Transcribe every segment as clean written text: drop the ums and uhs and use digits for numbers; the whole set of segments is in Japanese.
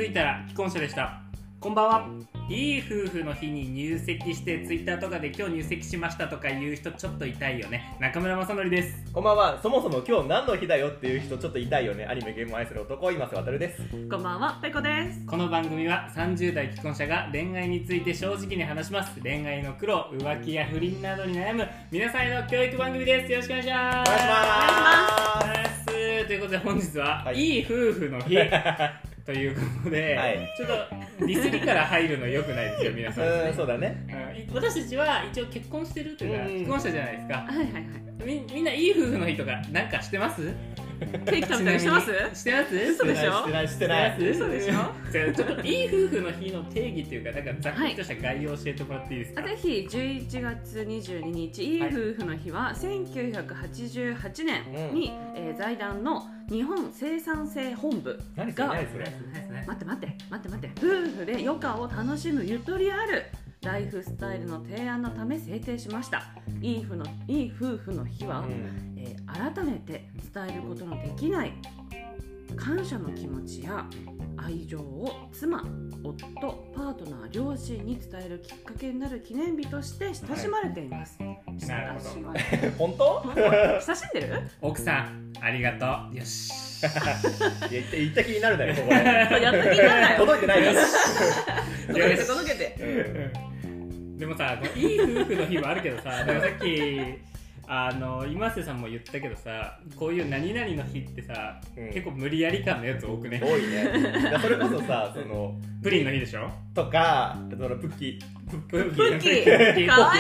づいたら既婚者でした。こんばんは。いい夫婦の日に入籍してツイッターとかで今日入籍しましたとか言う人ちょっと痛いよね。中村正則です。 こんばんは。そもそも今日何の日だよっていう人ちょっと痛いよね。アニメゲームを愛する男、今瀬渡です。 こんばんは、ペコです。 この番組は30代既婚者が恋愛について正直に話します。恋愛の苦労、浮気や不倫などに悩む皆さんへの教育番組です。よろしくお願いします。 お願いします。 ということで本日は、いい夫婦の日ということで、 はい、 ちょっとディスりから入るの良くないですよ皆さん、 そうだね。 私たちは一応結婚してるというか既婚者じゃないですか。 はいはいはい。 みんないい夫婦の日とかなんかしてます？ ケーキ食べたりしてます？ してます？ 嘘でしょ？ してない。 嘘でしょ？ じゃあちょっといい夫婦の日の定義っていうか、なんかざっくりとした概要を教えてもらっていいですか？ ぜひ11月22日、いい夫婦の日は1988年に、財団の日本生産性本部が待って夫婦で余暇を楽しむゆとりあるライフスタイルの提案のため制定しました。いい夫婦の日は、改めて伝えることのできない感謝の気持ちや愛情を妻、夫、パートナー、両親に伝えるきっかけになる記念日として親しまれています。 なるほど。 本当？ 親しんでる？ 奥さんありがとう。よし。 言った気になるんだよここで。 やった気になるなよ。 届いてないよ。 届けて。 でもさ、いい夫婦の日もあるけどさ、だからさっき今瀬さんも言ったけどさ、こういう何々の日ってさ、結構無理やり感のやつ多くね。 多いね。それこそさ、そのプリンの日でしょとか、そのプッキープリッツ合体した合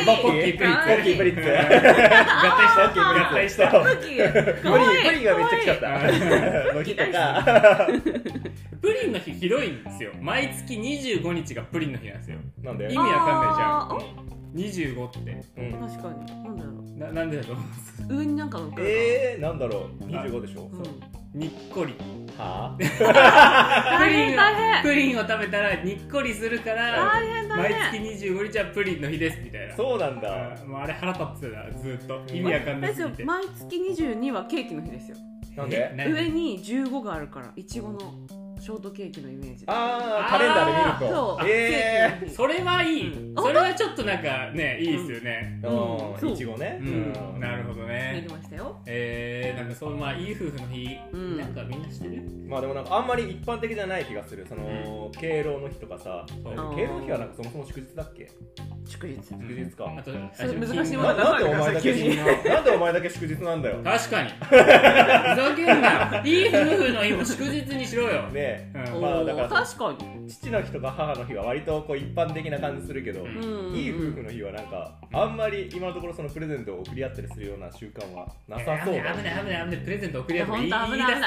体プリンがめっちゃ来ちゃったの日とか。 プリンの日広いんですよ。毎月25日がプリンの日なんですよ。 なんで？ 意味わかんないじゃん。25って、 確かに。なんだろう。 なんでだと思うんです。 上になんか乗っかるなんだろう。25でしょ。 にっこり。 はぁ？ プリンを食べたらにっこりするから、毎月25日はプリンの日ですみたいな。 そうなんだ。 もうあれ腹立ってた、ずっと意味わかんないすぎて。 毎月22はケーキの日ですよ。 なんで？ 上に15があるから、いちごのショートケーキのイメージ。 カレンダーで見ると。 それはいい。それはちょっとなんかね、いいですよね。 いちごね。 なるほどね。 見てましたよ。 なんかそういい夫婦の日、なんかみんなしてる？ まあでもなんかあんまり一般的じゃない気がする。その敬老の日とかさ、敬老の日はなんかそもそも祝日だっけ？ 祝日か。 あと難しいものなんでお前だけ祝日なんだよ。 確かに。ふざけんなよ。いい夫婦の日も祝日にしろよ。 ね。まあだから確かに父の日とか母の日は割とこう一般的な感じするけど、いい夫婦の日はなんかあんまり今のところそのプレゼントを送り合ったりするような習慣はなさそうだ。 危ないプレゼント送り合って言い出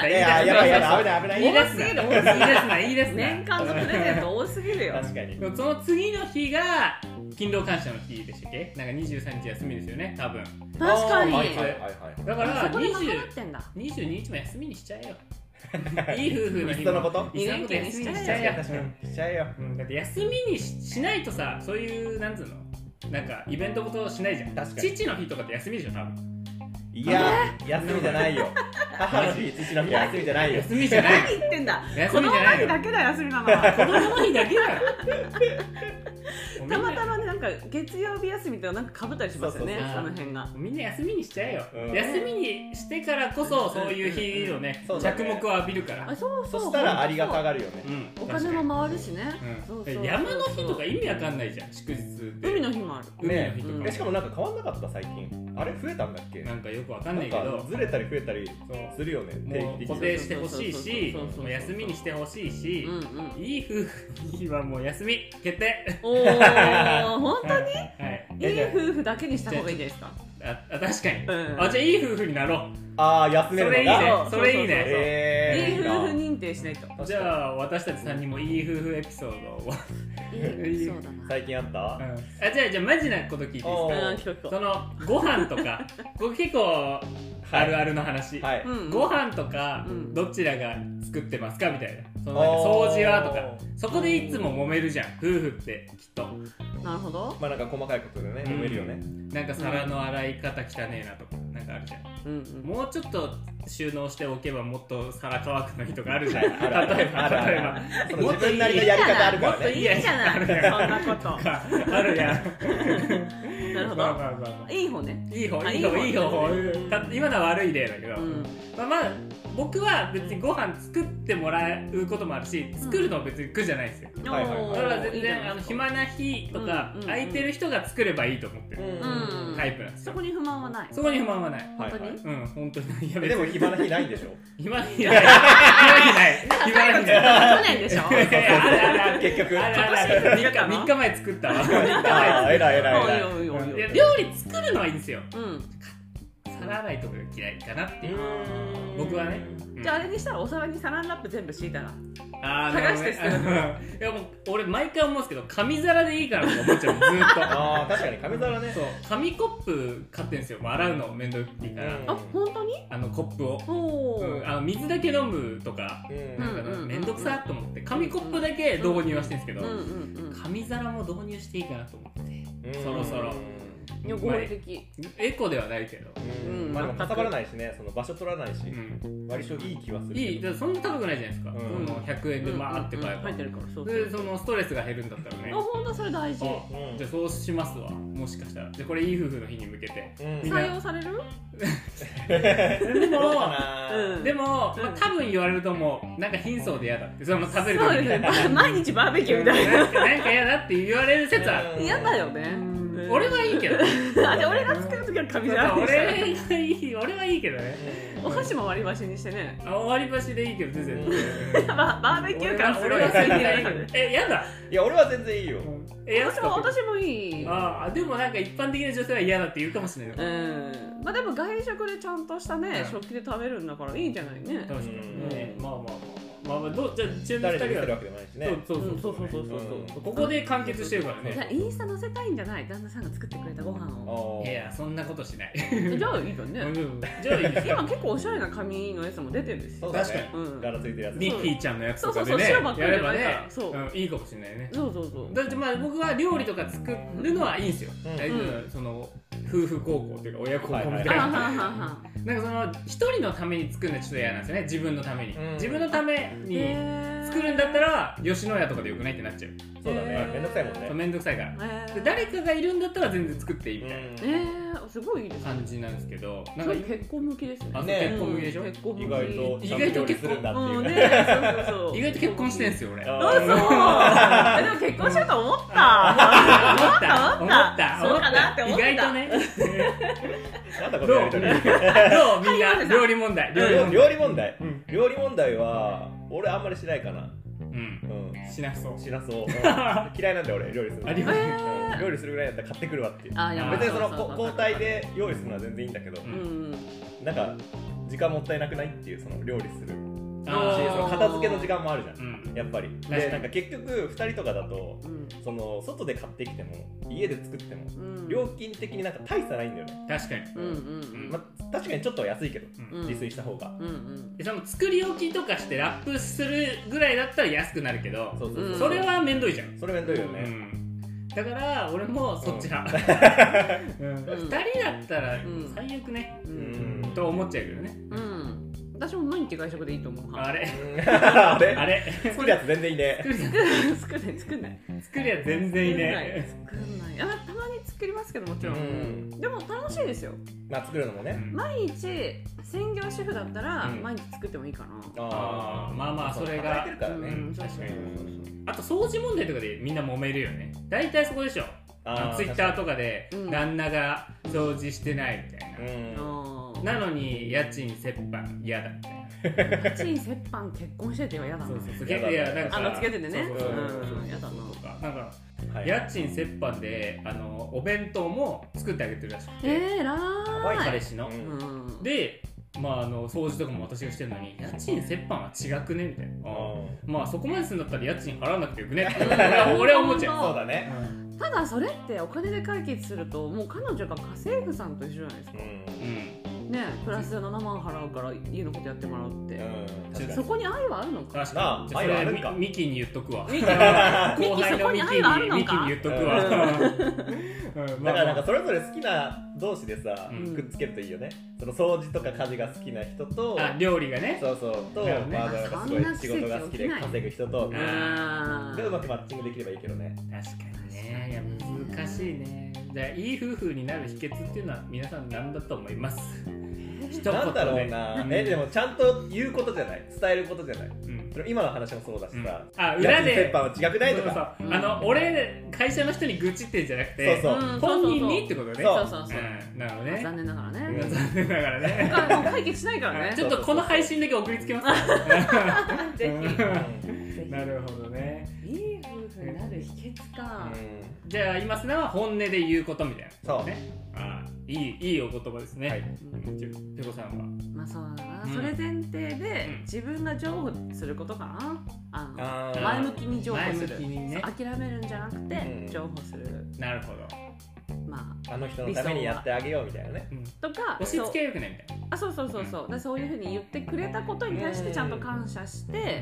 すな。 年間のプレゼント多すぎるよ。 確かに。 その次の日が勤労感謝の日でしたっけ？なんか23日休みですよね、多分。 確かに。 だから 22 日も休みにしちゃえよ。いい夫婦の日もいっそのこと休みにしちゃえよ。だって休みにしないとさ、そういうなんつうの、なんかイベントごとしないじゃん。父の日とかって休みでしょ多分。 いや休みじゃないよ。母の日、父の日休みじゃないよ。 休みじゃない。 何言ってんだ。 休みじゃないよ。 子供の日だけだ休みなのは。 子供の日だけだよ。 たまたまね、なんか月曜日休みとなんか被ったりしますよね、その辺が。 みんな休みにしちゃえよ。休みにしてからこそそういう日をね、着目を浴びるから。 そしたらありがたがるよね。 お金も回るしね。 山の日とか意味わかんないじゃん、祝日で。 海の日もある。 海の日とか。 しかもなんか変わんなかった最近。あれ増えたんだっけ？ なんかよくわかんないけど、 ずれたり増えたりするよね。 もう固定してほしいし、休みにしてほしいし、いい夫婦の日はもう休み決定。 本当に？いい夫婦だけにした方がいいですか？ 確かに。じゃあいい夫婦になろう。 休めるのか。 それいいね。 いい夫婦認定しないと。 じゃあ私たち3人もいい夫婦エピソードを。 最近あった？ じゃあマジなこと聞いていいですか？そのご飯とか、僕結構あるあるの話。ご飯とかどちらが作ってますかみたいな。その掃除はとか、そこでいつも揉めるじゃん、夫婦ってきっと。 なるほど。 まあなんか細かいことでね、揉めるよね。 なんか皿の洗い方汚ねえなとかなんかあるじゃん。もうちょっと収納しておけばもっと皿乾くのにとかあるじゃん。例えば自分なりのやり方あるからね。 もっといいじゃないそんなことあるやん。 なるほど。いい方ね。 いい方。今のは悪い例だけど、まあ僕は別にご飯作ってもらうこともあるし、作るのは別に苦じゃないですよ。だから全然暇な日とか空いてる人が作ればいいと思ってるタイプなんですよ。 そこに不満はない。 そこに不満はない。 本当に？ 本当に。 でも暇な日ないんでしょ？ 暇な日ない。 去年でしょ？ 結局 3日前作ったわ。 偉い。 料理作るのはいいんですよ。皿洗いとかが嫌いかなっていう。僕はね。 じゃああれにしたらお皿にサランラップ全部敷いたら。 剥がして捨てる。いやもう俺毎回思うんですけど紙皿でいいかなと思っちゃうずっと。 確かに紙皿ね。 そう紙コップ買ってんですよ。洗うの面倒いいから。 本当に？ コップを。水だけ飲むとか面倒くさと思って紙コップだけ導入はしてるんですけど、紙皿も導入していいかなと思ってそろそろ。 合理的。 エコではないけど。 まあでもかさばらないしね、その場所取らないし、割といい気はする。 いい、そんな高くないじゃないですか。100円でまーって買えば。で、そのストレスが減るんだったらね。 本当それ大事。 じゃあそうしますわ。もしかしたら。でこれいい夫婦の日に向けて。 採用される？ でも多分言われると思う。なんか貧相で嫌だって。その食べる時に毎日バーベキューみたいな。 なんか嫌だって言われる説ある。 嫌だよね。 俺はいいけど。 じゃあ俺が作るときは紙皿にして俺はいいけどね。 お箸も割り箸にしてね。 割り箸でいいけど全然。 バーベキューから俺は全然いいけど。 やだ。 いや俺は全然いいよ。 私もいい。 でもなんか一般的な女性は嫌だって言うかもしれない。 まあでも外食でちゃんとしたね食器で食べるんだからいいんじゃないね。 確かにね。まあじゃあ中誰に見せるわけでもないしね。 そうここで完結してるからね。 じゃあインスタ載せたいんじゃない？旦那さんが作ってくれたご飯を。 いやそんなことしない。 じゃあいいよね。 じゃあいいです。 今結構おしゃれな紙のやつも出てるんですよ。 確かに。 柄ついてるやつ。 ミッキーちゃんのやつとかでね。やればね。いいかもしれないね。 そう。 だってまあ僕は料理とか作るのはいいんですよ。その夫婦孝行というか親孝行みたいな。なんかその一人のために作るのはちょっと嫌なんですよね。自分のために。自分のために作るんだったら吉野家とかでよくないってなっちゃう。 そうだね。めんどくさいもんね。 めんどくさいから。誰かがいるんだったら全然作っていいみたいな。すごいいいです感じなんですけど。 なんか結婚向きですね。 結婚向きでしょ。 意外と結婚するんだっていう。 意外と結婚してんすよ俺。 そう。でも結婚しようと思った。思った。そうかなって思った。 意外とね。 なんだこのやりとり。 どうみんな料理問題。 料理問題は俺あんまりしないかな。 しなそう。 嫌いなんだよ俺料理する。料理するぐらいだったら買ってくるわっていう。別にその交代で用意するのは全然いいんだけど、なんか時間もったいなくないっていうその料理する。その片付けの時間もあるじゃん、やっぱり。でなんか結局2人とかだと、その外で買ってきても家で作っても、料金的になんか大差ないんだよね。 確かに。 確かにちょっと安いけど、自炊した方が。 その作り置きとかしてラップするぐらいだったら安くなるけど、それはめんどいじゃん。 それめんどいよね。 だから俺もそっち派。2人だったら最悪ねと思っちゃうけどね。 私も毎日外食でいいと思う。 あれ作るやつ全然いいね。 作んない。 作るやつ全然いいね。 作んない。たまに作りますけどもちろん。でも楽しいですよ。 まあ作るのもね。 毎日専業主婦だったら毎日作ってもいいかな。 まあそれが確かに。あと掃除問題とかでみんな揉めるよね。大体そこでしょ。ツイッターとかで旦那が掃除してないみたいな。なのに家賃折半嫌だみたいな。 家賃折半結婚してては嫌だな。 つけててね。 嫌だな。 なんか家賃折半でお弁当も作ってあげてるらしくて。彼氏の。で掃除とかも私がしてるのに家賃折半は違くねみたいな。まあそこまでするんだったら家賃払わなくてよくねって俺は思っちゃう。 そうだね。 ただそれってお金で解決するともう彼女が家政婦さんと一緒じゃないですか。 ねプラス7万払うから家のことやってもらうって、そこに愛はあるのか。 確かに。愛はあるか。ミキに言っとくわ。後輩のミキに言っとくわ。 だからなんかそれぞれ好きな同士でさ、くっつけるといいよね。その掃除とか家事が好きな人と、 料理がね、 そうそうと、まあなんかすごい仕事が好きで稼ぐ人と、でうまくマッチングできればいいけどね。 確かにね。いや難しいね。じゃあいい夫婦になる秘訣っていうのは皆さん何だと思います？ なんだろうな。でもちゃんと言うことじゃない、伝えることじゃない。今の話もそうだしさ、 裏で折半は違くないとか、 俺会社の人に愚痴ってんじゃなくて、本人にってことね。 そうなるほどね。残念ながらね。 残念ながらね。 他解決しないからね。 ちょっとこの配信だけ送りつけます。 ぜひ。 なるほどね。 いい夫婦になる秘訣か。 じゃあ今すなは本音で言うことみたいな。そうね。いいお言葉ですね。ペコさんは。 まあそうだな。それ前提で自分が譲歩することかな。前向きに譲歩する。諦めるんじゃなくて譲歩する。 なるほど。 まあの人のためにやってあげようみたいなね。 とか押し付けよくないみたいな。 そうそういうふうに言ってくれたことに対してちゃんと感謝して、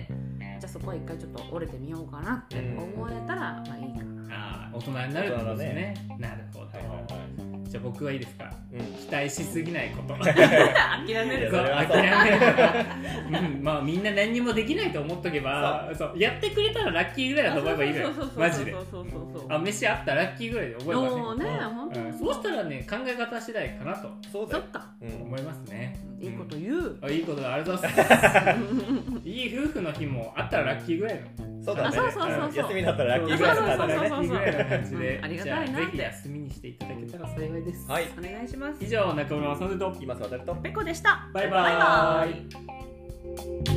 じゃあそこは一回ちょっっと折れてみようかなって思えたらまあいいかな。 ああ、大人になるってことですね。なるほど。じゃあ僕はいいですか。期待しすぎないこと。 諦めるぞ。 諦めるから。まあみんな何にもできないと思っとけば、やってくれたらラッキーぐらいだと思えばいいのよ。マジで。あ、飯あったらラッキーぐらいで覚えばね。そうしたらね、考え方次第かなと。 そうだよ。 思いますね。 いいこと言う。 いいことだ、ありがとうございます。いい夫婦の日もあったらラッキーぐらいの。 そうだね。休みだったらラッキーぐらいの感じで。 ありがたいなって。 ぜひ休みにしていただけたら幸いです。 はい。お願いします。 以上、中村正人と今渡るとペコでした。 バイバイ。